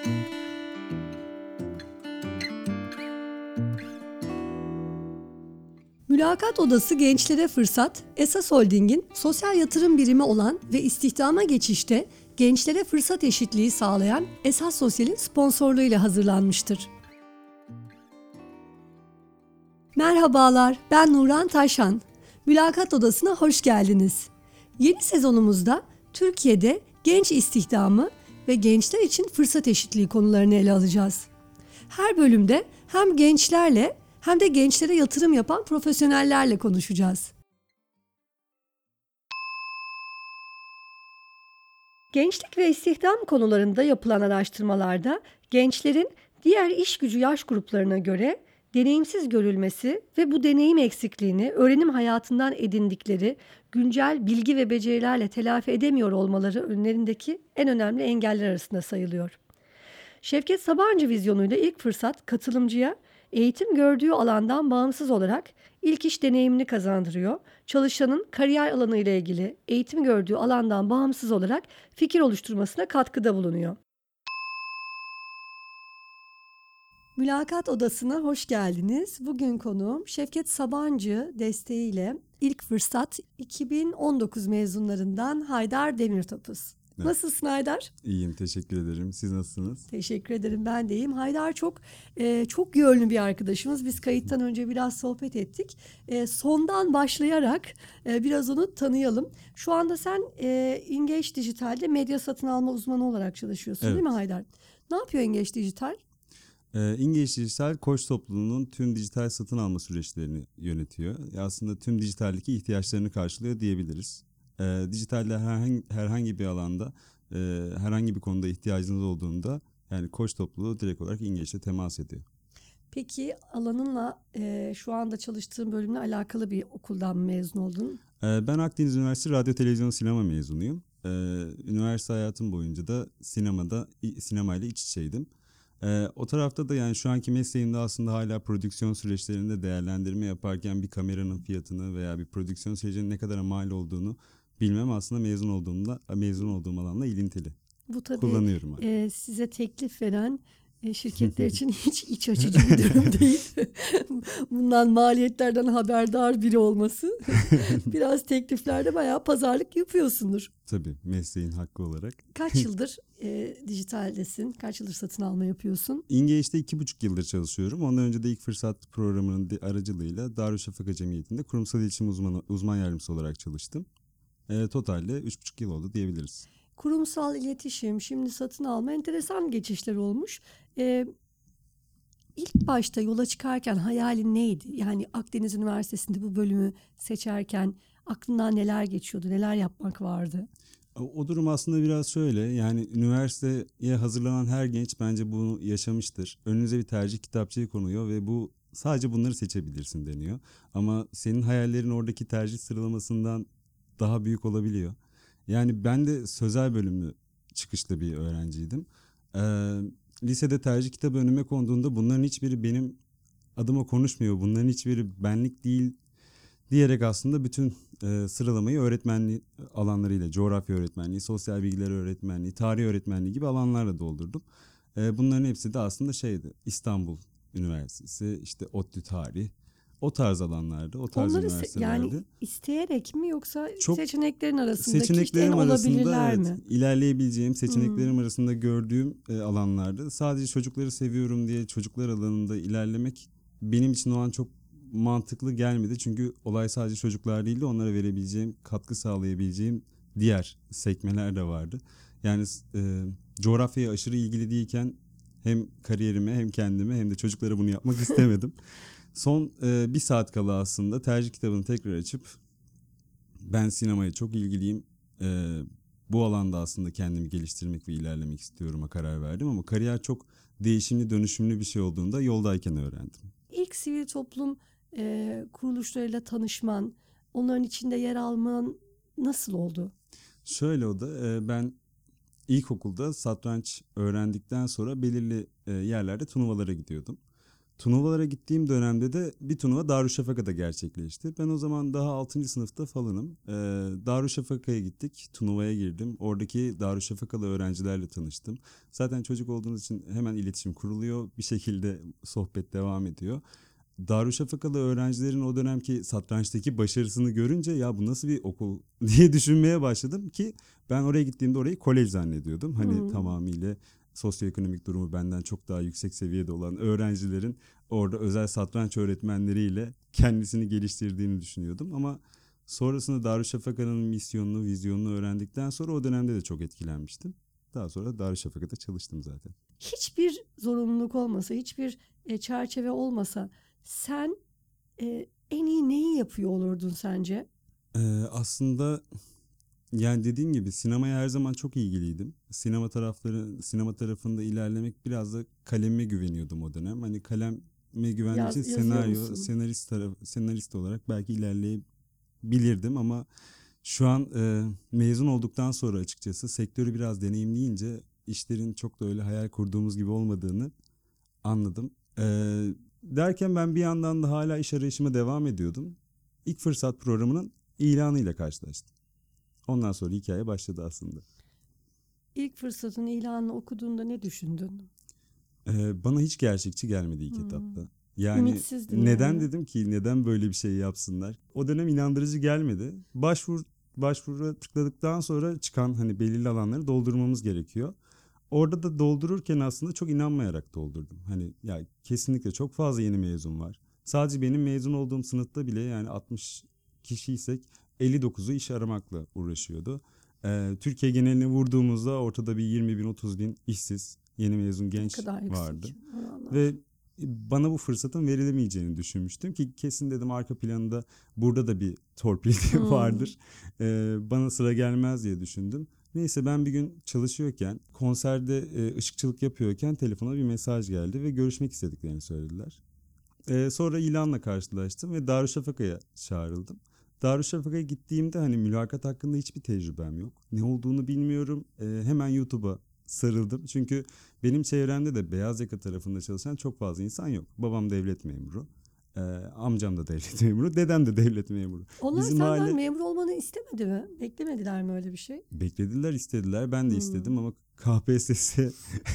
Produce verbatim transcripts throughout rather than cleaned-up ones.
Mülakat Odası Gençlere Fırsat, Esas Holding'in sosyal yatırım birimi olan ve istihdama geçişte gençlere fırsat eşitliği sağlayan Esas Sosyal'in sponsorluğuyla hazırlanmıştır. Merhabalar, ben Nuran Taşan. Mülakat Odası'na hoş geldiniz. Yeni sezonumuzda Türkiye'de genç istihdamı ve gençler için fırsat eşitliği konularını ele alacağız. Her bölümde hem gençlerle hem de gençlere yatırım yapan profesyonellerle konuşacağız. Gençlik ve istihdam konularında yapılan araştırmalarda gençlerin diğer iş gücü yaş gruplarına göre deneyimsiz görülmesi ve bu deneyim eksikliğini öğrenim hayatından edindikleri güncel bilgi ve becerilerle telafi edemiyor olmaları önlerindeki en önemli engeller arasında sayılıyor. Şevket Sabancı vizyonuyla ilk fırsat katılımcıya eğitim gördüğü alandan bağımsız olarak ilk iş deneyimini kazandırıyor. Çalışanın kariyer alanı ile ilgili eğitim gördüğü alandan bağımsız olarak fikir oluşturmasına katkıda bulunuyor. Mülakat Odası'na hoş geldiniz. Bugün konuğum Şevket Sabancı desteğiyle ilk fırsat iki bin on dokuz mezunlarından Haydar Demirtopuz. Evet. Nasılsın Haydar? İyiyim, teşekkür ederim. Siz nasılsınız? Teşekkür ederim, ben de iyiyim. Haydar çok e, çok yönlü bir arkadaşımız. Biz kayıttan önce biraz sohbet ettik. E, sondan başlayarak e, biraz onu tanıyalım. Şu anda sen e, Engage Dijital'de medya satın alma uzmanı olarak çalışıyorsun, evet. Değil mi Haydar? Ne yapıyor Engage Dijital? E, Engage Dijital, Koç topluluğunun tüm dijital satın alma süreçlerini yönetiyor. E, aslında tüm dijitaldeki ihtiyaçlarını karşılıyor diyebiliriz. E, dijitalde herhangi, herhangi bir alanda, e, herhangi bir konuda ihtiyacınız olduğunda yani Koç topluluğu direkt olarak Engage'le temas ediyor. Peki alanınla e, şu anda çalıştığın bölümle alakalı bir okuldan mı mezun oldun? E, ben Akdeniz Üniversitesi Radyo Televizyon Sinema mezunuyum. E, üniversite hayatım boyunca da sinemada sinemayla iç içeydim. Ee, o tarafta da yani şu anki mesleğimde aslında hala prodüksiyon süreçlerinde değerlendirme yaparken bir kameranın fiyatını veya bir prodüksiyon sürecinin ne kadar mal olduğunu bilmem aslında mezun olduğumda mezun olduğum alanla ilintili. Bu tabii kullanıyorum e, size teklif veren e, şirketler için hiç iç açıcı bir durum değil. Bundan maliyetlerden haberdar biri olması. Biraz tekliflerde bayağı pazarlık yapıyorsundur. Tabii, mesleğin hakkı olarak. Kaç yıldır e, dijitaldesin? Kaç yıldır satın alma yapıyorsun? Engage'de iki buçuk yıldır çalışıyorum. Ondan önce de ilk fırsat programının aracılığıyla Darüşşafaka Cemiyeti'nde kurumsal iletişim uzmanı, uzman yardımcısı olarak çalıştım. E, totalde üç buçuk yıl oldu diyebiliriz. Kurumsal iletişim, şimdi satın alma, enteresan geçişler olmuş. Ee, ilk başta yola çıkarken hayalin neydi? Yani Akdeniz Üniversitesi'nde bu bölümü seçerken aklından neler geçiyordu, neler yapmak vardı? O durum aslında biraz şöyle, yani üniversiteye hazırlanan her genç bence bunu yaşamıştır. Önünüze bir tercih kitapçığı konuyor ve bu sadece bunları seçebilirsin deniyor. Ama senin hayallerin oradaki tercih sıralamasından daha büyük olabiliyor. Yani ben de sözel bölümlü çıkışlı bir öğrenciydim. Ee, lisede tercih kitabı önüme konduğunda bunların hiçbiri benim adıma konuşmuyor. Bunların hiçbiri benlik değil diyerek aslında bütün e, sıralamayı öğretmenliği alanlarıyla, coğrafya öğretmenliği, sosyal bilgiler öğretmenliği, tarih öğretmenliği gibi alanlarla doldurdum. E, bunların hepsi de aslında şeydi, İstanbul Üniversitesi, işte ODTÜ Tarih, o tarz alanlarda, o tarz Onları üniversitelerde. Yani isteyerek mi yoksa çok seçeneklerin arasındaki seçeneklerim işte en arasında olabilirler evet, mi? ilerleyebileceğim seçeneklerim Hmm. arasında gördüğüm e, alanlarda sadece çocukları seviyorum diye çocuklar alanında ilerlemek benim için o an çok mantıklı gelmedi. Çünkü olay sadece çocuklar değildi, onlara verebileceğim, katkı sağlayabileceğim diğer sekmeler de vardı. Yani e, coğrafyaya aşırı ilgili değilken hem kariyerime hem kendime hem de çocuklara bunu yapmak istemedim. Son e, bir saat kala aslında tercih kitabını tekrar açıp ben sinemaya çok ilgiliyim, e, bu alanda aslında kendimi geliştirmek ve ilerlemek istiyorum'a karar verdim. Ama kariyer çok değişimli, dönüşümlü bir şey olduğunda yoldayken öğrendim. İlk sivil toplum e, kuruluşlarıyla tanışman, onların içinde yer alman nasıl oldu? Şöyle o da e, ben ilkokulda satranç öğrendikten sonra belirli e, yerlerde turnuvalara gidiyordum. Turnuvalara gittiğim dönemde de bir turnuva Darüşşafaka'da gerçekleşti. Ben o zaman daha altıncı sınıfta falanım. Ee, Darüşşafaka'ya gittik, turnuvaya girdim. Oradaki Darüşşafakalı öğrencilerle tanıştım. Zaten çocuk olduğunuz için hemen iletişim kuruluyor. Bir şekilde sohbet devam ediyor. Darüşşafakalı öğrencilerin o dönemki satrançtaki başarısını görünce ya bu nasıl bir okul diye düşünmeye başladım ki ben oraya gittiğimde orayı kolej zannediyordum. Hani Hmm. tamamıyla sosyoekonomik durumu benden çok daha yüksek seviyede olan öğrencilerin orada özel satranç öğretmenleriyle kendisini geliştirdiğini düşünüyordum. Ama sonrasında Darüşşafaka'nın misyonunu, vizyonunu öğrendikten sonra o dönemde de çok etkilenmiştim. Daha sonra Darüşşafaka'da çalıştım zaten. Hiçbir zorunluluk olmasa, hiçbir e, çerçeve olmasa sen e, en iyi neyi yapıyor olurdun sence? Ee, aslında yani dediğim gibi sinemaya her zaman çok ilgiliydim. Sinema tarafları, sinema tarafında ilerlemek biraz da kaleme güveniyordum o dönem. Hani kaleme güvendiğim için Yaz, yazıyor senaryo, musun? senarist taraf, senarist olarak belki ilerleyebilirdim ama şu an e, mezun olduktan sonra açıkçası sektörü biraz deneyimleyince işlerin çok da öyle hayal kurduğumuz gibi olmadığını anladım. Ee, derken ben bir yandan da hala iş arayışıma devam ediyordum. İlk Fırsat programının ilanıyla karşılaştım. Ondan sonra hikaye başladı aslında. İlk fırsatın ilanını okuduğunda ne düşündün? Ee, bana hiç gerçekçi gelmedi ilk Hmm. etapta. Yani Ümitsizdin neden yani. dedim ki neden böyle bir şey yapsınlar? O dönem inandırıcı gelmedi. Başvur başvuru tıkladıktan sonra çıkan hani belirli alanları doldurmamız gerekiyor. Orada da doldururken aslında çok inanmayarak doldurdum. Hani ya kesinlikle çok fazla yeni mezun var. Sadece benim mezun olduğum sınıfta bile yani altmış kişiysek elli dokuzu iş aramakla uğraşıyordu. Ee, Türkiye geneline vurduğumuzda ortada bir yirmi bin otuz bin işsiz yeni mezun Ne genç kadar vardı. yüksek oranlar. Ve bana bu fırsatın verilemeyeceğini düşünmüştüm ki kesin dedim arka planında burada da bir torpil Hmm. vardır. Ee, bana sıra gelmez diye düşündüm. Neyse ben bir gün çalışıyorken konserde e, ışıkçılık yapıyorken telefona bir mesaj geldi ve görüşmek istediklerini söylediler. Ee, sonra ilanla karşılaştım ve Darüşşafaka'ya çağrıldım. Darüşşafaka'ya gittiğimde hani mülakat hakkında hiçbir tecrübem yok. Ne olduğunu bilmiyorum. Ee, hemen YouTube'a sarıldım. Çünkü benim çevremde de beyaz yaka tarafında çalışan çok fazla insan yok. Babam devlet memuru. Ee, amcam da devlet memuru. Dedem de devlet memuru. Onlar Bizim senden aile memur olmanı istemedi mi? Beklemediler mi öyle bir şey? beklediler istediler. Ben de Hmm. istedim ama K P S S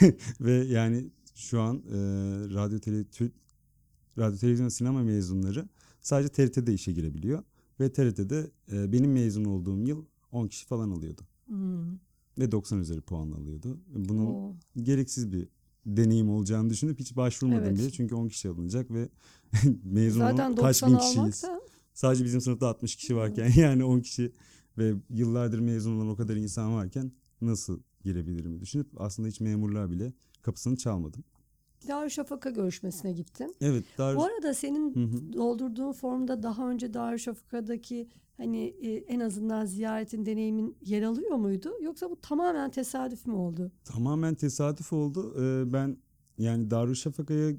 ve yani şu an e, radyo tele, tü- radyo televizyon sinema mezunları sadece T R T'de işe girebiliyor. Ve T R T'de e, benim mezun olduğum yıl on kişi falan alıyordu. Hmm. Ve doksan üzeri puan alıyordu. Bunun Oo. gereksiz bir deneyim olacağını düşünüp hiç başvurmadım bile. Evet. Çünkü on kişi alınacak ve mezun olan Zaten kaç doksan bin almak kişiyiz. da Sadece bizim sınıfta altmış kişi hmm. varken yani on kişi ve yıllardır mezun olan o kadar insan varken nasıl girebilirim düşünüp aslında hiç memurluğa bile kapısını çalmadım. Darüşşafaka görüşmesine gittin. Evet, Bu dar arada senin Hı hı. doldurduğun formda daha önce Darüşşafaka'daki hani e, en azından ziyaretin, deneyimin yer alıyor muydu? Yoksa bu tamamen tesadüf mü oldu? Tamamen tesadüf oldu. Ee, ben yani Darüşşafaka'ya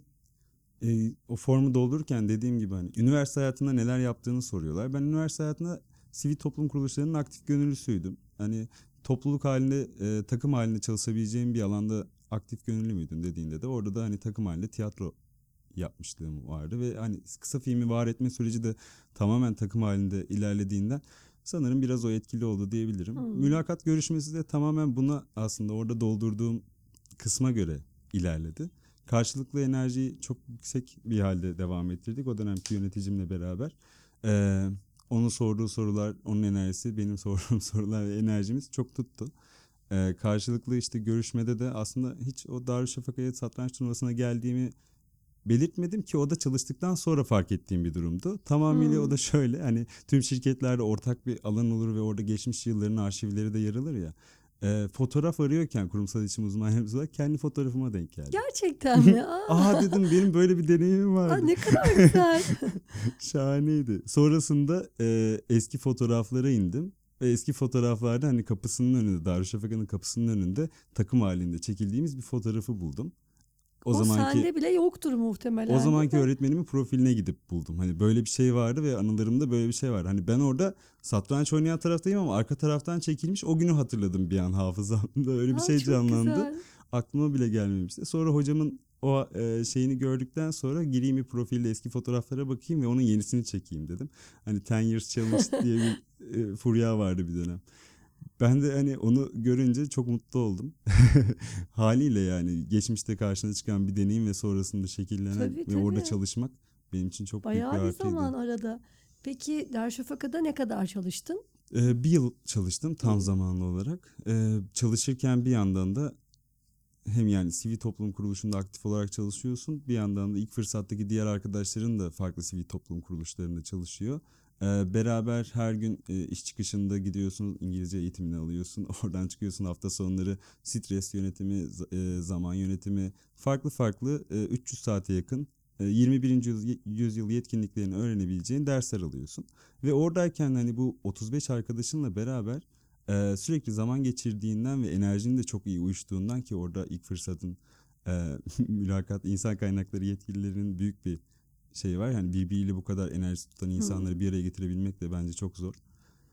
e, o formu doldururken dediğim gibi hani üniversite hayatında neler yaptığını soruyorlar. Ben üniversite hayatında sivil toplum kuruluşlarının aktif gönüllüsüydüm. Hani topluluk halinde, e, takım halinde çalışabileceğim bir alanda aktif gönüllü müydün dediğinde de orada da hani takım halinde tiyatro yapmışlığım vardı ve hani kısa filmi var etme süreci de tamamen takım halinde ilerlediğinden sanırım biraz o etkili oldu diyebilirim. Hmm. Mülakat görüşmesi de tamamen buna aslında orada doldurduğum kısma göre ilerledi. Karşılıklı enerjiyi çok yüksek bir halde devam ettirdik o dönemki yöneticimle beraber. Ee, onun sorduğu sorular, onun enerjisi, benim sorduğum sorular ve enerjimiz çok tuttu. Ee, karşılıklı işte görüşmede de aslında hiç o Darüşşafaka'ya satranç turnuvasına geldiğimi belirtmedim ki o da çalıştıktan sonra fark ettiğim bir durumdu. Tamamıyla o Hmm. da şöyle hani tüm şirketlerde ortak bir alan olur ve orada geçmiş yılların arşivleri de yer alır ya. E, fotoğraf arıyorken kurumsal iletişim uzmanlarımız olarak kendi fotoğrafıma denk geldi. Gerçekten mi? Aa, Aa dedim benim böyle bir deneyimim aa, vardı. ne kadar güzel. Şahaneydi. Sonrasında e, eski fotoğraflara indim. Ve eski fotoğraflarda hani kapısının önünde, Darüşşafaka'nın kapısının önünde takım halinde çekildiğimiz bir fotoğrafı buldum. O O zamanki sende bile yoktur O muhtemelen, değil zamanki mi? öğretmenimin profiline gidip buldum. Hani böyle bir şey vardı ve anılarımda böyle bir şey var. Hani ben orada satranç oynayan taraftayım ama arka taraftan çekilmiş o günü hatırladım bir an hafızamda. Öyle bir Aa, şey çok canlandı. güzel. Aklıma bile gelmemişti. Sonra hocamın o e, şeyini gördükten sonra gireyim bir profilde eski fotoğraflara bakayım ve onun yenisini çekeyim dedim. Hani ten years challenge diye bir e, furya vardı bir dönem. Ben de hani onu görünce çok mutlu oldum. Haliyle yani geçmişte karşına çıkan bir deneyim ve sonrasında şekillenen Tabii ve orada tabii. çalışmak benim için çok büyük bir Bayağı bir artıydı. zaman arada. Peki Darüşşafaka'da ne kadar çalıştın? Ee, bir yıl çalıştım Hı. tam zamanlı olarak. Ee, çalışırken bir yandan da hem yani sivil toplum kuruluşunda aktif olarak çalışıyorsun. Bir yandan da ilk fırsattaki diğer arkadaşların da farklı sivil toplum kuruluşlarında çalışıyor. Ee, beraber her gün e, iş çıkışında gidiyorsun, İngilizce eğitimini alıyorsun. Oradan çıkıyorsun, hafta sonları stres yönetimi, z- e, zaman yönetimi, farklı farklı e, üç yüz saate yakın e, yirmi birinci yüzyıl yüzyıl yetkinliklerini öğrenebileceğin dersler alıyorsun. Ve oradayken hani bu otuz beş arkadaşınla beraber ee, sürekli zaman geçirdiğinden ve enerjinin de çok iyi uyuştuğundan, ki orada ilk fırsatın e, mülakat insan kaynakları yetkililerinin büyük bir şey var. Yani birbiriyle bu kadar enerji tutan Hı. insanları bir araya getirebilmek de bence çok zor.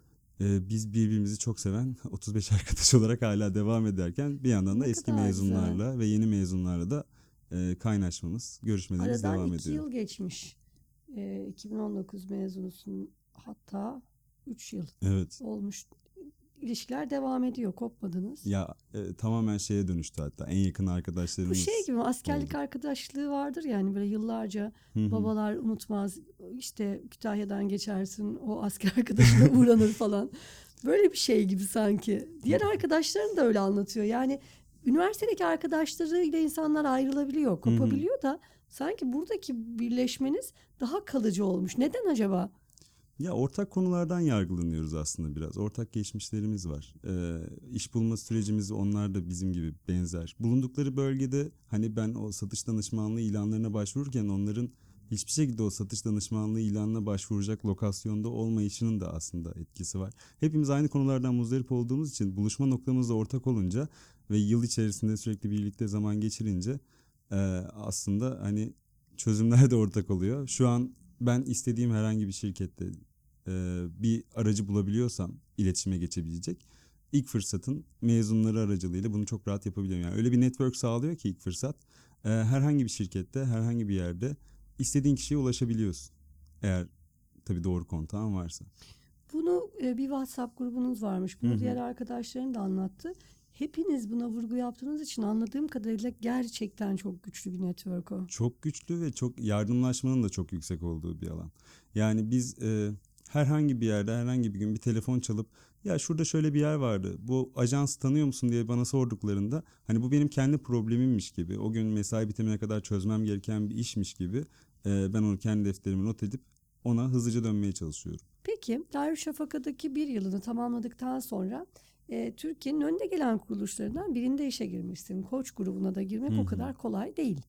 Ee, biz birbirimizi çok seven otuz beş arkadaş olarak hala devam ederken bir yandan da Ne eski kadar güzel. mezunlarla ve yeni mezunlarla da e, kaynaşmamız, görüşmelerimiz Aradan devam iki ediyor. yıl geçmiş. Ee, iki bin on dokuz mezunusun, hatta üç yıl Evet. olmuş. İlişkiler devam ediyor, kopmadınız. Ya e, tamamen şeye dönüştü, hatta en yakın Bu şey arkadaşlarımız gibi, askerlik oldu. arkadaşlığı vardır yani, böyle yıllarca Hı hı. babalar unutmaz. İşte Kütahya'dan geçersin, o asker arkadaşına uğranır falan. Böyle bir şey gibi sanki. Diğer arkadaşların da öyle anlatıyor. Yani üniversitedeki arkadaşlarıyla insanlar ayrılabiliyor, Hı hı. kopabiliyor da sanki buradaki birleşmeniz daha kalıcı olmuş. Neden acaba? Ya ortak konulardan yargılanıyoruz aslında biraz. Ortak geçmişlerimiz var. Ee, iş bulma sürecimiz onlar da bizim gibi benzer. Bulundukları bölgede hani ben o satış danışmanlığı ilanlarına başvururken onların hiçbir şekilde o satış danışmanlığı ilanına başvuracak lokasyonda olmayışının da aslında etkisi var. Hepimiz aynı konulardan muzdarip olduğumuz için buluşma noktamız da ortak olunca ve yıl içerisinde sürekli birlikte zaman geçirince e, aslında hani çözümler de ortak oluyor. Şu an ben istediğim herhangi bir şirkette e, bir aracı bulabiliyorsam iletişime geçebilecek, ilk fırsatın mezunları aracılığıyla bunu çok rahat yapabiliyorum. Yani öyle bir network sağlıyor ki ilk fırsat e, herhangi bir şirkette, herhangi bir yerde istediğin kişiye ulaşabiliyorsun. Eğer tabii doğru kontağın varsa. Bunu e, bir WhatsApp grubunuz varmış. Hı Bunu diğer hı. arkadaşların da anlattı. Hepiniz buna vurgu yaptığınız için anladığım kadarıyla gerçekten çok güçlü bir network o. Çok güçlü ve çok yardımlaşmanın da çok yüksek olduğu bir alan. Yani biz e, herhangi bir yerde herhangi bir gün bir telefon çalıp ya şurada şöyle bir yer vardı, bu ajans tanıyor musun diye bana sorduklarında hani bu benim kendi problemimmiş gibi, o gün mesai bitimine kadar çözmem gereken bir işmiş gibi e, ben onu kendi defterime not edip ona hızlıca dönmeye çalışıyorum. Peki Darüşşafaka'daki bir yılını tamamladıktan sonra e, Türkiye'nin önde gelen kuruluşlarından birinde işe girmişsin. Koç grubuna da girmek Hı o hı. kadar kolay değil.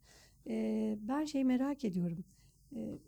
E, ben şey merak ediyorum. E,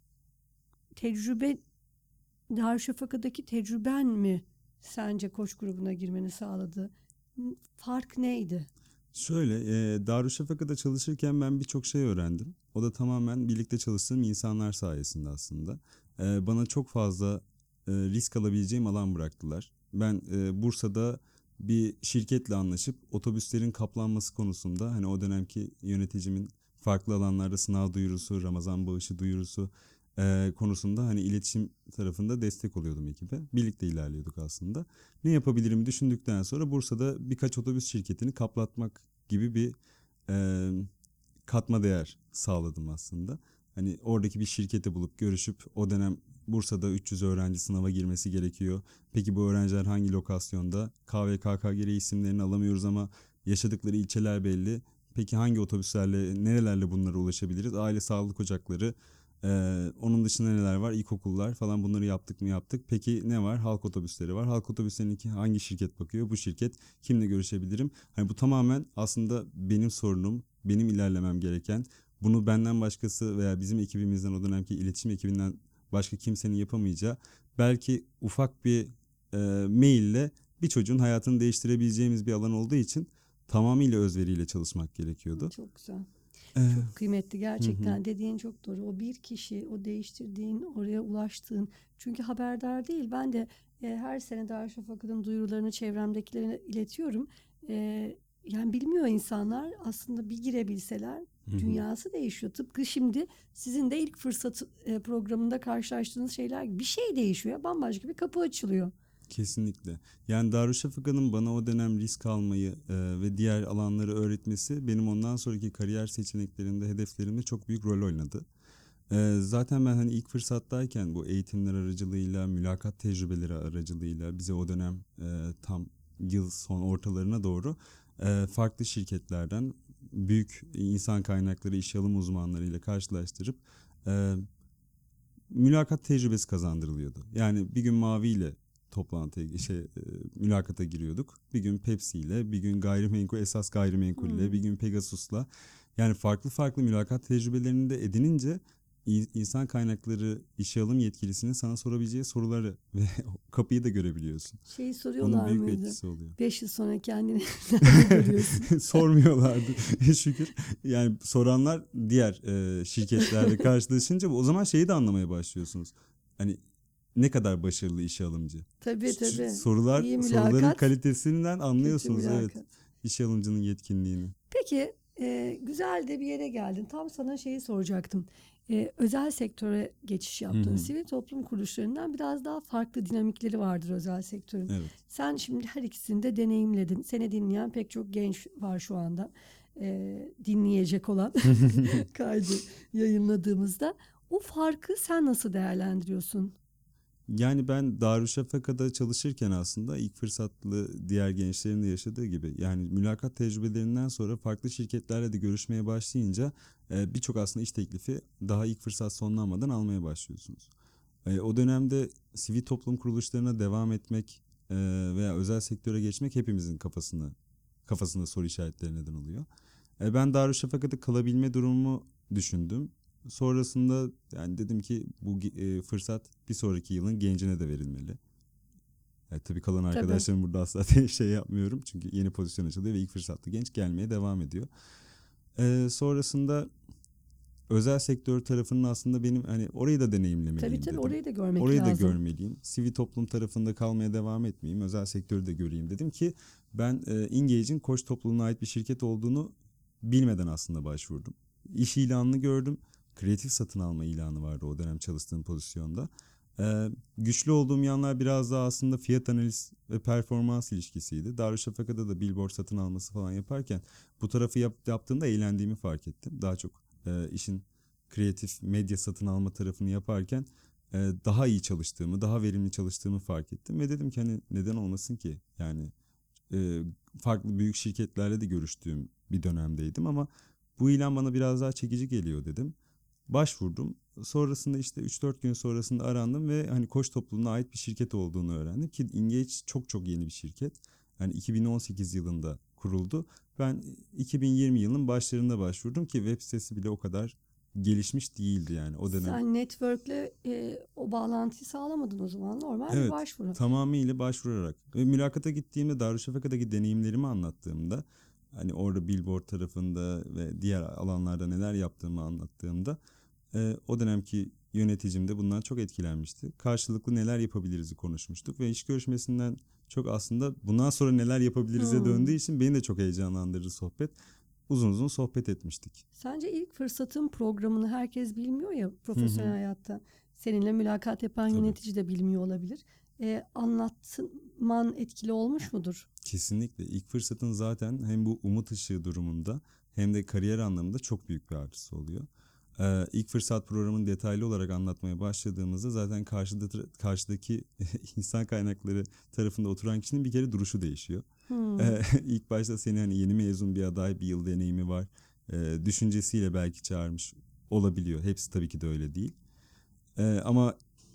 tecrübe Darüşşafaka'daki tecrüben mi sence Koç grubuna girmeni sağladı? Fark neydi? Şöyle, e, Darüşşafaka'da çalışırken ben birçok şey öğrendim. O da tamamen birlikte çalıştığım insanlar sayesinde aslında. E, bana çok fazla e, risk alabileceğim alan bıraktılar. Ben e, Bursa'da bir şirketle anlaşıp otobüslerin kaplanması konusunda hani o dönemki yöneticimin farklı alanlarda sınav duyurusu, Ramazan bağışı duyurusu e, konusunda hani iletişim tarafında destek oluyordum ekibe. Birlikte ilerliyorduk aslında. Ne yapabilirim düşündükten sonra Bursa'da birkaç otobüs şirketini kaplatmak gibi bir e, katma değer sağladım aslında. Hani oradaki bir şirketi bulup görüşüp o dönem Bursa'da üç yüz öğrenci sınava girmesi gerekiyor. Peki bu öğrenciler hangi lokasyonda? K V K K gereği isimlerini alamıyoruz ama yaşadıkları ilçeler belli. Peki hangi otobüslerle, nerelerle bunlara ulaşabiliriz? Aile sağlık ocakları, ee, onun dışında neler var? İlkokullar falan, bunları yaptık mı yaptık. Peki ne var? Halk otobüsleri var. Halk otobüslerindeki hangi şirket bakıyor? Bu şirket kimle görüşebilirim? Hani bu tamamen aslında benim sorunum, benim ilerlemem gereken. Bunu benden başkası veya bizim ekibimizden, o dönemki iletişim ekibinden başka kimsenin yapamayacağı, belki ufak bir e, maille bir çocuğun hayatını değiştirebileceğimiz bir alan olduğu için tamamıyla özveriyle çalışmak gerekiyordu. Çok güzel. Ee, Çok kıymetli hı hı, gerçekten, dediğin çok doğru. O bir kişi, o değiştirdiğin, oraya ulaştığın. Çünkü haberdar değil. Ben de e, her sene Darüşşafaka'nın duyurularını çevremdekilere iletiyorum. E, yani bilmiyor insanlar, aslında bir girebilseler dünyası değişiyor. Tıpkı şimdi sizin de ilk fırsat e, programında karşılaştığınız şeyler gibi bir şey değişiyor. Bambaşka bir kapı açılıyor. Kesinlikle. Yani Darüşşafaka'nın bana o dönem risk almayı e, ve diğer alanları öğretmesi benim ondan sonraki kariyer seçeneklerimde, hedeflerimde çok büyük rol oynadı. E, zaten ben hani ilk fırsattayken bu eğitimler aracılığıyla, mülakat tecrübeleri aracılığıyla bize o dönem e, tam yıl son ortalarına doğru e, farklı şirketlerden büyük insan kaynakları işe alım uzmanlarıyla karşılaştırıp e, mülakat tecrübesi kazandırılıyordu. Yani bir gün Mavi ile toplantıya şey e, mülakata giriyorduk. Bir gün Pepsi ile, bir gün gayrimenkul esas gayrimenkul ile, Hmm. bir gün Pegasus'la. Yani farklı farklı mülakat tecrübelerini de edinince i- insan kaynakları işe alım yetkilisinin sana sorabileceği soruları ve kapıyı da görebiliyorsun. Şeyi Onun soruyorlar büyük bir mıydı? etkisi oluyor. Beş yıl sonra kendini nerede görüyorsun? Sormuyorlardı şükür. Yani soranlar diğer e, şirketlerde karşılaşınca o zaman şeyi de anlamaya başlıyorsunuz. Hani ne kadar başarılı işe alımcı. Tabii Ş- tabii. Sorular İyi soruların mülakat, kalitesinden kötü anlıyorsunuz, evet, mülakat. işe alımcının yetkinliğini. Peki e, güzel de bir yere geldin. Tam sana şeyi soracaktım. E, özel sektöre geçiş Hı yaptın. hı. Sivil toplum kuruluşlarından biraz daha farklı dinamikleri vardır özel sektörün. Evet. Sen şimdi her ikisini de deneyimledin. Seni dinleyen pek çok genç var şu anda. E, dinleyecek olan kaydı yayınladığımızda. O farkı sen nasıl değerlendiriyorsun? Yani ben Darüşşafaka'da çalışırken aslında ilk fırsatlı diğer gençlerin de yaşadığı gibi yani mülakat tecrübelerinden sonra farklı şirketlerle de görüşmeye başlayınca e, birçok aslında iş teklifi daha ilk fırsat sonlanmadan almaya başlıyorsunuz. E, o dönemde sivil toplum kuruluşlarına devam etmek e, veya özel sektöre geçmek hepimizin kafasını kafasında soru işaretleri neden oluyor. E, ben Darüşşafaka'da kalabilme durumumu düşündüm. Sonrasında yani dedim ki bu e, fırsat bir sonraki yılın gencine de verilmeli. Yani tabii kalan Tabii. arkadaşlarım burada asla şey yapmıyorum. Çünkü yeni pozisyon açılıyor ve ilk fırsatlı genç gelmeye devam ediyor. E, sonrasında özel sektör tarafının aslında benim hani orayı da Tabii deneyimlemeliyim tabii, dedim. orayı da görmek Orayı da lazım. görmeliyim. Sivil toplum tarafında kalmaya devam etmeyeyim. Özel sektörü de göreyim dedim ki ben e, Engage'in Koç topluluğuna ait bir şirket olduğunu bilmeden aslında başvurdum. İş ilanını gördüm. Kreatif satın alma ilanı vardı o dönem çalıştığım pozisyonda. Ee, güçlü olduğum yanlar biraz daha aslında fiyat analiz ve performans ilişkisiydi. Darüşşafaka'da da billboard satın alması falan yaparken bu tarafı yap, yaptığımda eğlendiğimi fark ettim. Daha çok e, işin kreatif medya satın alma tarafını yaparken e, daha iyi çalıştığımı, daha verimli çalıştığımı fark ettim. Ve dedim ki hani neden olmasın ki? Yani e, farklı büyük şirketlerle de görüştüğüm bir dönemdeydim ama bu ilan bana biraz daha çekici geliyor dedim. Başvurdum. Sonrasında işte üç dört gün sonrasında arandım ve hani Koç topluluğuna ait bir şirket olduğunu öğrendim ki Engage çok çok yeni bir şirket. Yani iki bin on sekiz yılında kuruldu. Ben iki bin yirmi yılının başlarında başvurdum ki web sitesi bile o kadar gelişmiş değildi yani o dönem. Sen network'le e, o bağlantıyı sağlamadın o zaman. Normal bir Evet, başvuru. tamamıyla başvurarak ve mülakata gittiğimde Darüşşafaka'daki deneyimlerimi anlattığımda hani orada billboard tarafında ve diğer alanlarda neler yaptığımı anlattığımda e, o dönemki yöneticim de bundan çok etkilenmişti. Karşılıklı neler yapabiliriz'i konuşmuştuk ve iş görüşmesinden çok aslında bundan sonra neler yapabiliriz'e döndüğü Hmm. için beni de çok heyecanlandırdı sohbet. Uzun uzun sohbet etmiştik. Sence ilk fırsatın programını herkes bilmiyor ya Hı profesyonel hı, hayatta. Seninle mülakat yapan tabii. yönetici de bilmiyor olabilir. E, anlatman etkili olmuş mudur? Kesinlikle. İlk fırsatın zaten hem bu umut ışığı durumunda hem de kariyer anlamında çok büyük bir artısı oluyor. Ee, ilk fırsat programını detaylı olarak anlatmaya başladığımızda zaten karşıda, karşıdaki insan kaynakları tarafında oturan kişinin bir kere duruşu değişiyor. Hmm. Ee, ilk başta seni hani yeni mezun bir aday, bir yıl deneyimi var, e, düşüncesiyle belki çağırmış olabiliyor. Hepsi tabii ki de öyle değil. Ee, ama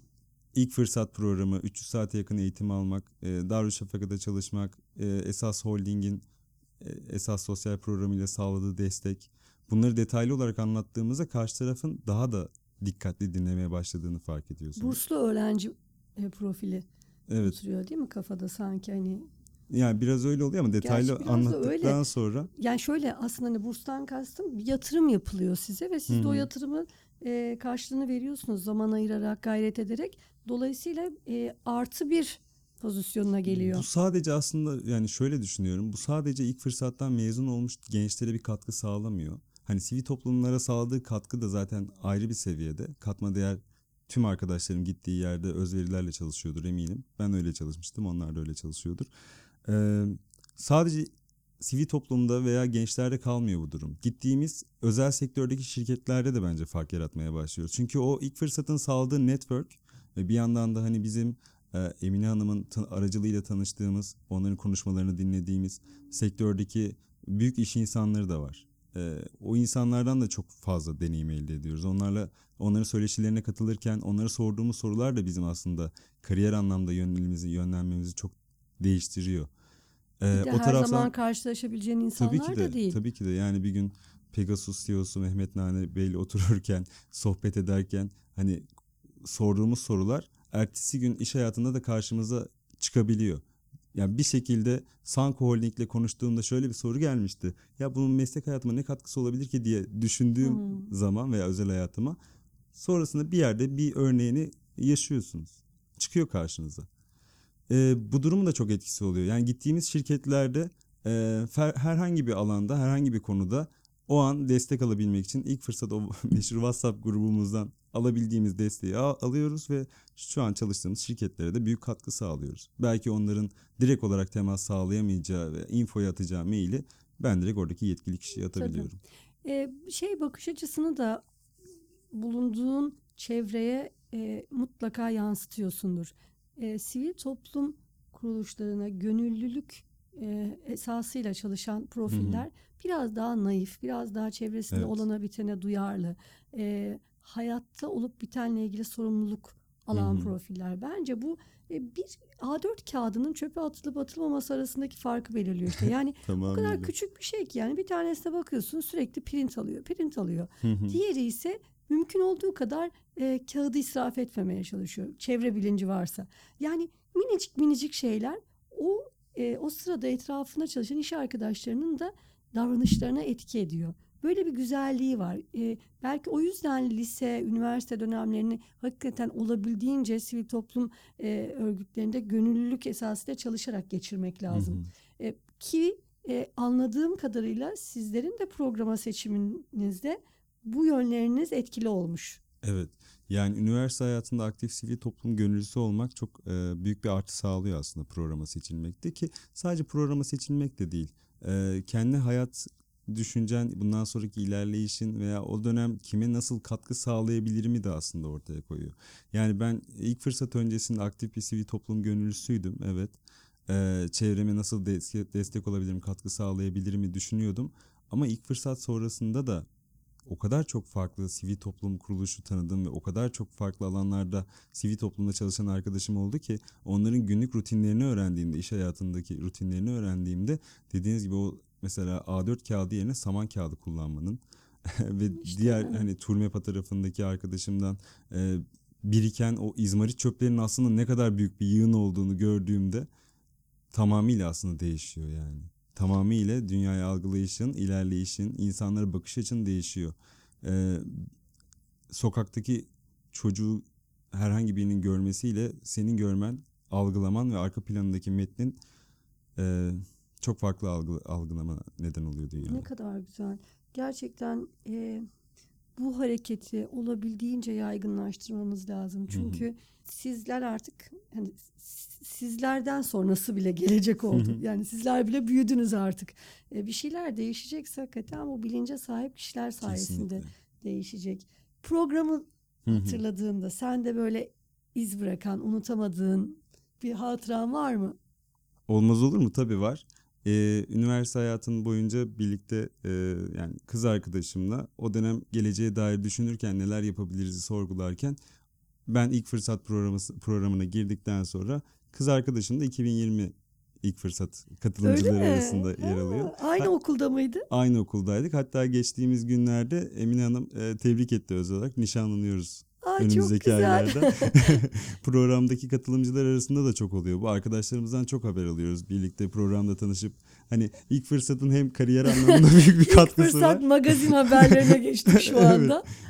İlk fırsat programı, üç yüz saate yakın eğitim almak, e, Darüşşafaka'da çalışmak, e, Esas Holding'in e, Esas Sosyal programıyla sağladığı destek. Bunları detaylı olarak anlattığımızda karşı tarafın daha da dikkatli dinlemeye başladığını fark ediyorsunuz. Burslu öğrenci e, profili Evet, oturuyor değil mi kafada sanki, hani yani biraz öyle oluyor ama detaylı gerçi biraz da öyle. anlattıktan sonra. Yani şöyle, aslında hani burstan kastım, bir yatırım yapılıyor size ve Hı siz de o hı, yatırımın e, karşılığını veriyorsunuz zaman ayırarak, gayret ederek. Dolayısıyla e, artı bir pozisyonuna geliyor. Bu sadece aslında yani şöyle düşünüyorum. Bu sadece ilk fırsattan mezun olmuş gençlere bir katkı sağlamıyor. Hani sivil toplumlara sağladığı katkı da zaten ayrı bir seviyede. Katma değer tüm arkadaşlarım gittiği yerde özverilerle çalışıyordur eminim. Ben öyle çalışmıştım, onlar da öyle çalışıyordur. Ee, sadece sivil toplumda veya gençlerde kalmıyor bu durum. Gittiğimiz özel sektördeki şirketlerde de bence fark yaratmaya başlıyoruz. Çünkü o ilk fırsatın sağladığı network ve bir yandan da hani bizim e, Emine Hanım'ın ta- aracılığıyla tanıştığımız, onların konuşmalarını dinlediğimiz sektördeki büyük iş insanları da var. E, o insanlardan da çok fazla deneyim elde ediyoruz. Onlarla onların söyleşilerine katılırken onlara sorduğumuz sorular da bizim aslında kariyer anlamda yönelimizi, yönlenmemizi çok değiştiriyor. Bir E, de o her taraftan zaman karşılaşabileceğin tabii ki insanlar de da değil. tabii ki de yani bir gün Pegasus C E O'su Mehmet Nane Bey'le otururken sohbet ederken hani sorduğumuz sorular ertesi gün iş hayatında da karşımıza çıkabiliyor. Yani bir şekilde Sanko Holding'le konuştuğumda şöyle bir soru gelmişti. Ya bunun meslek hayatıma ne katkısı olabilir ki diye düşündüğüm Hmm. zaman veya özel hayatıma sonrasında bir yerde bir örneğini yaşıyorsunuz. Çıkıyor karşınıza. Ee, bu durumun da çok etkisi oluyor. Yani gittiğimiz şirketlerde e, fer- herhangi bir alanda, herhangi bir konuda o an destek alabilmek için ilk fırsat o meşhur WhatsApp grubumuzdan alabildiğimiz desteği al- alıyoruz ve şu an çalıştığımız şirketlere de büyük katkı sağlıyoruz. Belki onların direkt olarak temas sağlayamayacağı ve infoya atacağı maili ben direkt oradaki yetkili kişiye Tabii. atabiliyorum. Ee, şey bakış açısını da bulunduğun çevreye e, mutlaka yansıtıyorsundur. E, sivil toplum kuruluşlarına gönüllülük e, esasıyla çalışan Hı hı. profiller biraz daha naif, biraz daha çevresinde Evet. olana bitene duyarlı, e, hayatta olup bitenle ilgili sorumluluk Hı alan hı. profiller. Bence bu e, bir A dört kağıdının çöpe atılıp atılmaması arasındaki farkı belirliyor işte. Yani o kadar Tamamıyla. küçük bir şey ki yani bir tanesine bakıyorsun sürekli print alıyor, print alıyor. Hı hı. Diğeri ise mümkün olduğu kadar e, kağıdı israf etmemeye çalışıyor. Çevre bilinci varsa. Yani minicik minicik şeyler o e, o sırada etrafında çalışan iş arkadaşlarının da davranışlarına etki ediyor. Böyle bir güzelliği var. E, belki o yüzden lise, üniversite dönemlerini hakikaten olabildiğince sivil toplum e, örgütlerinde gönüllülük esasıyla çalışarak geçirmek Hı lazım. hı. E, ki e, anladığım kadarıyla sizlerin de programa seçiminizde bu yönleriniz etkili olmuş. Evet. Yani üniversite hayatında aktif sivil toplum gönüllüsü olmak çok e, büyük bir artı sağlıyor aslında programa seçilmekte ki sadece programa seçilmek de değil. E, kendi hayat düşüncen, bundan sonraki ilerleyişin veya o dönem kime nasıl katkı sağlayabilirimi de aslında ortaya koyuyor. Yani ben ilk fırsat öncesinde aktif bir sivil toplum gönüllüsüydüm. Evet. E, çevreme nasıl destek, destek olabilirim, katkı sağlayabilirimi düşünüyordum. Ama ilk fırsat sonrasında da o kadar çok farklı sivil toplum kuruluşu tanıdım ve o kadar çok farklı alanlarda sivil toplumda çalışan arkadaşım oldu ki onların günlük rutinlerini öğrendiğimde, iş hayatındaki rutinlerini öğrendiğimde dediğiniz gibi o mesela A dört kağıdı yerine saman kağıdı kullanmanın ve İşte diğer evet. hani Turmepa tarafındaki arkadaşımdan e, biriken o izmarit çöplerinin aslında ne kadar büyük bir yığın olduğunu gördüğümde tamamıyla aslında değişiyor yani. Tamamıyla dünyayı algılayışın, ilerleyişin, insanlara bakış açın değişiyor. Ee, sokaktaki çocuğu herhangi birinin görmesiyle senin görmen, algılaman ve arka planındaki metnin e, çok farklı algı, algılama neden oluyor Ne dünyada. kadar güzel. Gerçekten e, bu hareketi olabildiğince yaygınlaştırmamız lazım. Hı hı. Çünkü sizler artık hani s- sizlerden sonrası bile gelecek Hı oldu. hı. Yani sizler bile büyüdünüz artık. E, bir şeyler değişecekse hakikaten bu bilince sahip kişiler sayesinde Kesinlikle. değişecek. Programı Hı hı. hatırladığında sen de böyle iz bırakan, unutamadığın bir hatıran var mı? Olmaz olur mu? Tabii var. Ee, üniversite hayatım boyunca birlikte e, yani kız arkadaşımla o dönem geleceğe dair düşünürken neler yapabiliriz sorgularken ben ilk fırsat programı, programına girdikten sonra kız arkadaşım da iki bin yirmi ilk fırsat Öyle katılımcıları mi? arasında yer alıyor. Ha, aynı Ha, okulda mıydı? aynı okuldaydık. Hatta geçtiğimiz günlerde Emine Hanım e, tebrik etti özel olarak. Nişanlanıyoruz Aa, çok önümüzdeki güzel. aylarda. Programdaki katılımcılar arasında da çok oluyor. Bu arkadaşlarımızdan çok haber alıyoruz. Birlikte programda tanışıp hani ilk fırsatın hem kariyer anlamında büyük bir İlk katkısı fırsat var. magazin haberlerine geçtik şu Evet. anda.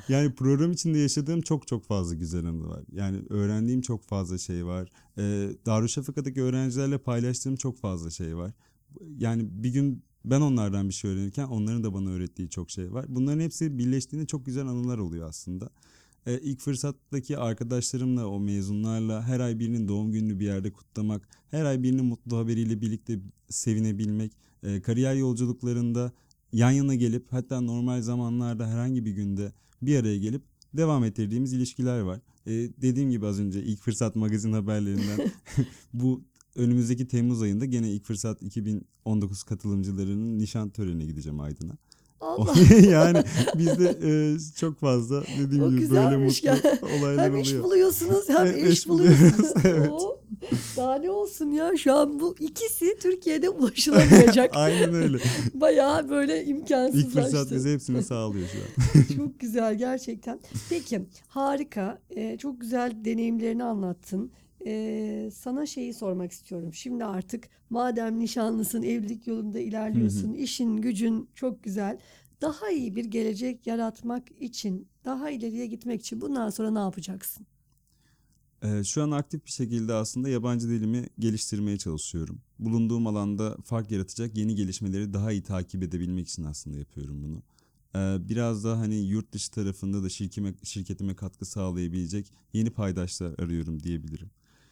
Yani program içinde yaşadığım çok çok fazla güzel anı var. Yani öğrendiğim çok fazla şey var. Ee, Darüşşafaka'daki öğrencilerle paylaştığım çok fazla şey var. Yani bir gün ben onlardan bir şey öğrenirken onların da bana öğrettiği çok şey var. Bunların hepsi birleştiğinde çok güzel anılar oluyor aslında. Ee, ilk fırsattaki arkadaşlarımla, o mezunlarla her ay birinin doğum gününü bir yerde kutlamak, her ay birinin mutlu haberiyle birlikte sevinebilmek, e, kariyer yolculuklarında yan yana gelip hatta normal zamanlarda herhangi bir günde bir araya gelip devam ettirdiğimiz ilişkiler var. E, dediğim gibi az önce ilk fırsat magazin haberlerinden bu önümüzdeki Temmuz ayında gene ilk fırsat iki bin on dokuz katılımcılarının nişan törenine gideceğim Aydın'a. Allah, Yani bizde e, çok fazla dediğim o gibi böyle güzelmiş mutlu ya. olaylar Hem iş oluyor. buluyorsunuz hem Evet, iş iş buluyoruz, buluyorsunuz. evet. Oo, daha ne olsun ya, şu an bu ikisi Türkiye'de ulaşılamayacak. Aynen öyle. Bayağı böyle İlk fırsat imkansızlaştı. bize hepsini sağlıyor şu an. Çok güzel gerçekten. Peki, harika. Ee, çok güzel deneyimlerini anlattın. Ee, sana şeyi sormak istiyorum. Şimdi artık madem nişanlısın, evlilik yolunda Hı hı. ilerliyorsun, işin gücün çok güzel. Daha iyi bir gelecek yaratmak için, daha ileriye gitmek için bundan sonra ne yapacaksın? Ee, şu an aktif bir şekilde aslında yabancı dilimi geliştirmeye çalışıyorum. Bulunduğum alanda fark yaratacak yeni gelişmeleri daha iyi takip edebilmek için aslında yapıyorum bunu. Ee, biraz da hani yurt dışı tarafında da şirkime, şirketime katkı sağlayabilecek yeni paydaşlar arıyorum diyebilirim.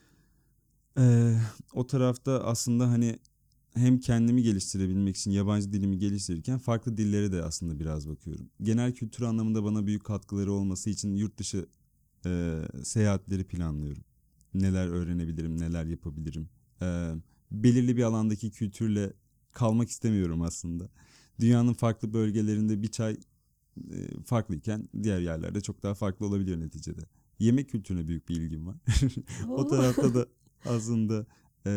Ee, O tarafta aslında hani hem kendimi geliştirebilmek için yabancı dilimi geliştirirken farklı dillere de aslında biraz bakıyorum. Genel kültür anlamında bana büyük katkıları olması için yurt dışı e, seyahatleri planlıyorum. Neler öğrenebilirim, neler yapabilirim. E, Belirli bir alandaki kültürle kalmak istemiyorum aslında. Dünyanın farklı bölgelerinde bir çay e, farklıyken diğer yerlerde çok daha farklı olabiliyor neticede. Yemek kültürüne büyük bir ilgim var. O Oo. tarafta da aslında e,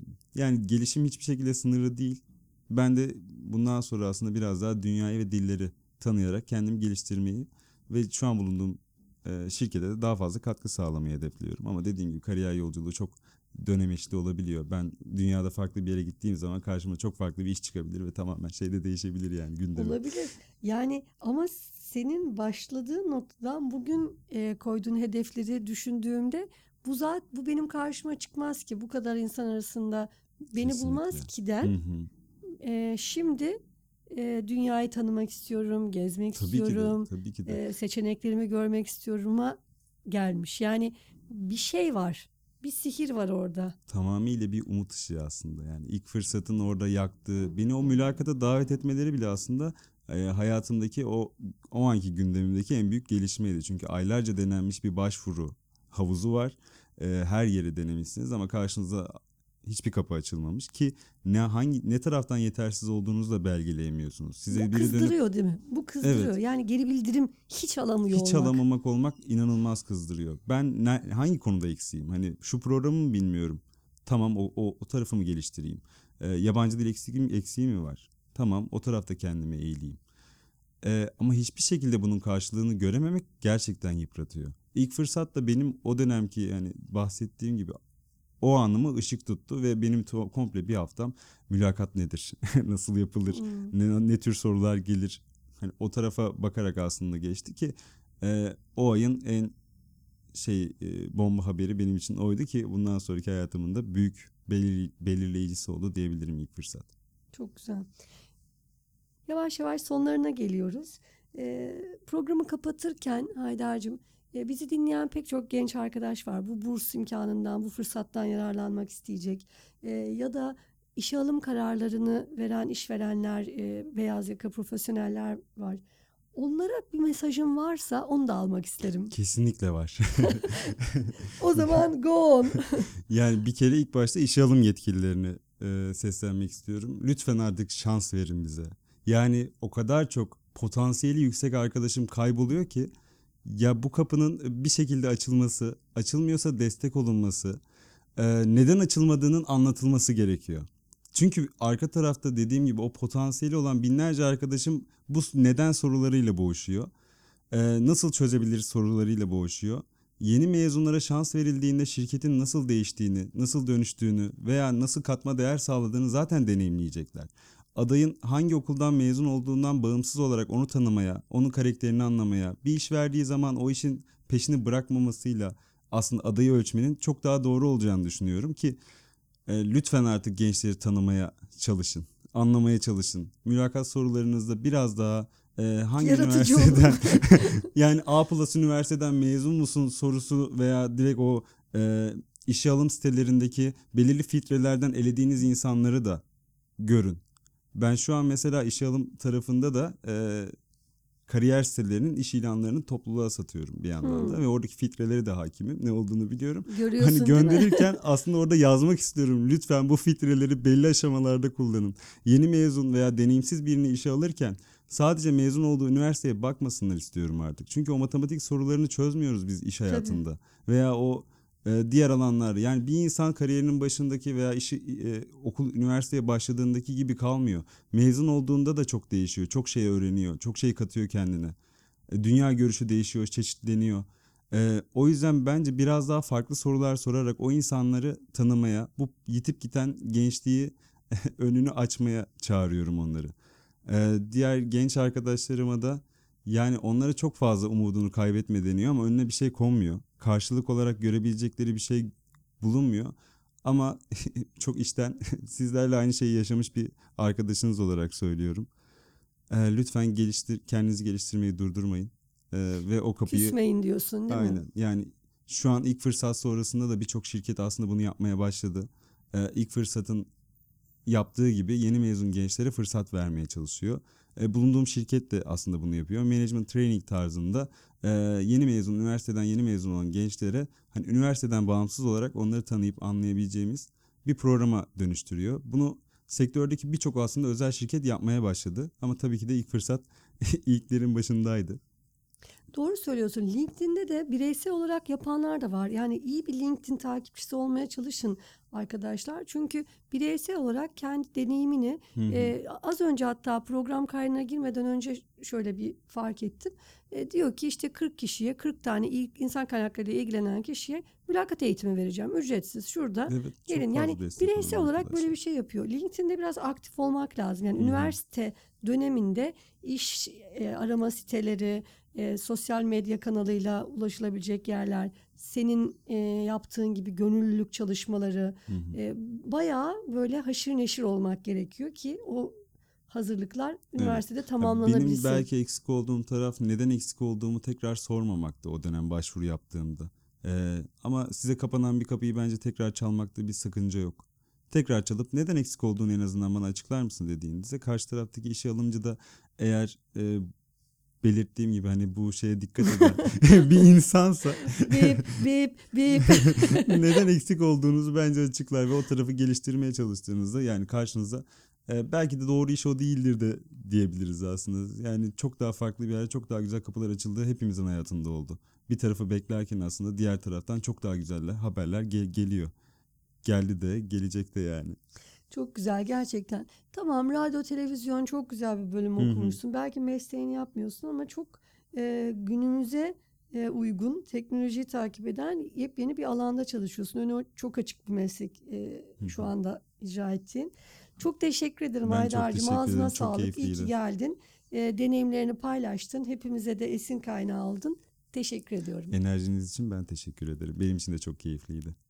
yani gelişim hiçbir şekilde sınırlı değil. Ben de bundan sonra aslında biraz daha dünyayı ve dilleri tanıyarak kendimi geliştirmeyi ve şu an bulunduğum e, şirkete de daha fazla katkı sağlamayı hedefliyorum. Ama dediğim gibi kariyer yolculuğu çok dönemeçli olabiliyor. Ben dünyada farklı bir yere gittiğim zaman karşıma çok farklı bir iş çıkabilir ve tamamen şey de değişebilir yani gündemi. Olabilir. Yani ama senin başladığın noktadan bugün e, koyduğun hedefleri düşündüğümde bu zat bu benim karşıma çıkmaz ki, bu kadar insan arasında beni Kesinlikle. bulmaz ki Hı den. hı. E, şimdi e, dünyayı tanımak istiyorum, gezmek Tabii ki de, istiyorum, tabii ki de. e, seçeneklerimi görmek istiyorum'a gelmiş. Yani bir şey var, bir sihir var orada. Tamamıyla bir umut ışığı aslında. Yani ilk fırsatın orada yaktığı, beni o mülakata davet etmeleri bile aslında e, hayatımdaki o o anki gündemimdeki en büyük gelişmeydi. Çünkü aylarca denenmiş bir başvuru havuzu var. E, her yeri denemişsiniz ama karşınıza hiçbir kapı açılmamış ki ne hangi ne taraftan yetersiz olduğunuzu da belgeleyemiyorsunuz. Bu Size biri dönüp kızdırıyor değil mi? Bu kızdırıyor. evet, Yani geri bildirim hiç alamıyor hiç olmak. alamamak olmak inanılmaz kızdırıyor. Ben ne, hangi konuda eksiğim? Hani şu programı mı bilmiyorum? Tamam o, o, o tarafımı geliştireyim. Ee, yabancı dil eksiğim, eksiği mi var? Tamam o tarafta kendime eğileyim. Ee, ama hiçbir şekilde bunun karşılığını görememek gerçekten yıpratıyor. İlk fırsat da benim o dönemki yani bahsettiğim gibi o anımı ışık tuttu ve benim to- komple bir haftam mülakat nedir? Nasıl yapılır? Hmm. Ne, ne tür sorular gelir? Hani o tarafa bakarak aslında geçti ki e, o ayın en şey e, bomba haberi benim için oydu ki bundan sonraki hayatımın da büyük belir- belirleyicisi oldu diyebilirim ilk fırsat. Çok güzel. Yavaş yavaş sonlarına geliyoruz. Ee, programı kapatırken Haydar'cığım, e, bizi dinleyen pek çok genç arkadaş var. Bu burs imkanından, bu fırsattan yararlanmak isteyecek. E, ya da işe alım kararlarını veren işverenler, e, beyaz yaka profesyoneller var. Onlara bir mesajın varsa onu da almak isterim. Kesinlikle var. O zaman go on. Yani bir kere ilk başta işe alım yetkililerine e, seslenmek istiyorum. Lütfen artık şans verin bize. Yani o kadar çok potansiyeli yüksek arkadaşım kayboluyor ki ya bu kapının bir şekilde açılması, açılmıyorsa destek olunması, e, neden açılmadığının anlatılması gerekiyor. Çünkü arka tarafta dediğim gibi o potansiyeli olan binlerce arkadaşım bu neden sorularıyla boğuşuyor. Ee, nasıl çözebilir sorularıyla boğuşuyor. Yeni mezunlara şans verildiğinde şirketin nasıl değiştiğini, nasıl dönüştüğünü veya nasıl katma değer sağladığını zaten deneyimleyecekler. adayın hangi okuldan mezun olduğundan bağımsız olarak onu tanımaya, onun karakterini anlamaya, bir iş verdiği zaman o işin peşini bırakmamasıyla aslında adayı ölçmenin çok daha doğru olacağını düşünüyorum ki e, lütfen artık gençleri tanımaya çalışın, anlamaya çalışın. Mülakat sorularınızda biraz daha e, hangi Yaratıcı üniversiteden olun. yani A plus üniversiteden mezun musun sorusu veya direkt o e, işe alım sitelerindeki belirli filtrelerden elediğiniz insanları da görün. Ben şu an mesela işe alım tarafında da e, kariyer sitelerinin iş ilanlarını topluluğa satıyorum bir yandan da Hmm. ve oradaki filtrelere de hakimim. Ne olduğunu biliyorum. Hani Görüyorsun değil mi? gönderirken aslında orada yazmak istiyorum. Lütfen bu filtreleri belli aşamalarda kullanın. Yeni mezun veya deneyimsiz birini işe alırken sadece mezun olduğu üniversiteye bakmasınlar istiyorum artık. Çünkü o matematik sorularını çözmüyoruz biz iş Tabii. hayatında. Veya o e, diğer alanlar, yani bir insan kariyerinin başındaki veya işi e, okul üniversiteye başladığındaki gibi kalmıyor. Mezun olduğunda da çok değişiyor. Çok şey öğreniyor. Çok şey katıyor kendine. E, Dünya görüşü değişiyor, çeşitleniyor. E, o yüzden bence biraz daha farklı sorular sorarak o insanları tanımaya, bu yitip giden gençliği önünü açmaya çağırıyorum onları. E, diğer genç arkadaşlarıma da yani onlara çok fazla umudunu kaybetme deniyor ama önüne bir şey konmuyor. Karşılık olarak görebilecekleri bir şey bulunmuyor. Ama çok içten sizlerle aynı şeyi yaşamış bir arkadaşınız olarak söylüyorum. Ee, lütfen geliştir, kendinizi geliştirmeyi durdurmayın. Ee, ve o kapıyı Küsmeyin diyorsun değil mi? aynen yani şu an ilk fırsat sonrasında da birçok şirket aslında bunu yapmaya başladı. Ee, ilk fırsatın yaptığı gibi yeni mezun gençlere fırsat vermeye çalışıyor. E, bulunduğum şirket de aslında bunu yapıyor. Management training tarzında e, yeni mezun, üniversiteden yeni mezun olan gençlere hani üniversiteden bağımsız olarak onları tanıyıp anlayabileceğimiz bir programa dönüştürüyor. Bunu sektördeki birçok aslında özel şirket yapmaya başladı. Ama tabii ki de ilk fırsat ilklerin başındaydı. Doğru söylüyorsun. LinkedIn'de de bireysel olarak yapanlar da var. Yani iyi bir LinkedIn takipçisi olmaya çalışın arkadaşlar. Çünkü bireysel olarak kendi deneyimini Hı hı. e, az önce hatta program kaydına girmeden önce şöyle bir fark ettim. E, diyor ki işte kırk kişiye kırk tane ilk insan kaynakları ile ilgilenen kişiye mülakat eğitimi vereceğim. Ücretsiz şurada. Evet, çok Gelin yani fazla destek alan bireysel olarak böyle arkadaşlar. bir şey yapıyor. LinkedIn'de biraz aktif olmak lazım. Yani Hı hı. üniversite döneminde iş e, arama siteleri, e, sosyal medya kanalıyla ulaşılabilecek yerler, senin e, yaptığın gibi gönüllülük çalışmaları, Hı hı. e, bayağı böyle haşır neşir olmak gerekiyor ki o hazırlıklar Evet. üniversitede Ya benim tamamlanabilsin. belki eksik olduğum taraf neden eksik olduğumu tekrar sormamaktı o dönem başvuru yaptığımda. Ee, ama size kapanan bir kapıyı bence tekrar çalmakta bir sakınca yok. Tekrar çalıp neden eksik olduğunu en azından bana açıklar mısın dediğinizde karşı taraftaki işe alımcı da eğer e, belirttiğim gibi hani bu şeye dikkat eden bir insansa Bip bip bip. neden eksik olduğunuzu bence açıklar ve o tarafı geliştirmeye çalıştığınızda yani karşınıza e, belki de doğru iş o değildir de diyebiliriz aslında. Yani çok daha farklı bir yerde çok daha güzel kapılar açıldı hepimizin hayatında oldu. Bir tarafı beklerken aslında diğer taraftan çok daha güzeller haberler gel- geliyor. Geldi de gelecek de yani. Çok güzel gerçekten. Tamam, radyo, televizyon çok güzel bir bölüm Hı hı. okumuşsun. Belki mesleğini yapmıyorsun ama çok e, günümüze e, uygun, teknolojiyi takip eden yepyeni bir alanda çalışıyorsun. Önü çok açık bir meslek e, Hı şu hı. anda icra ettiğin. Çok teşekkür ederim Ben çok Haydar'cığım. teşekkür Ağzına ederim. Çok sağlık. İyi ki keyifliydi. geldin. E, deneyimlerini paylaştın. Hepimize de esin kaynağı oldun. Teşekkür ediyorum. Enerjiniz için ben teşekkür ederim. Benim için de çok keyifliydi.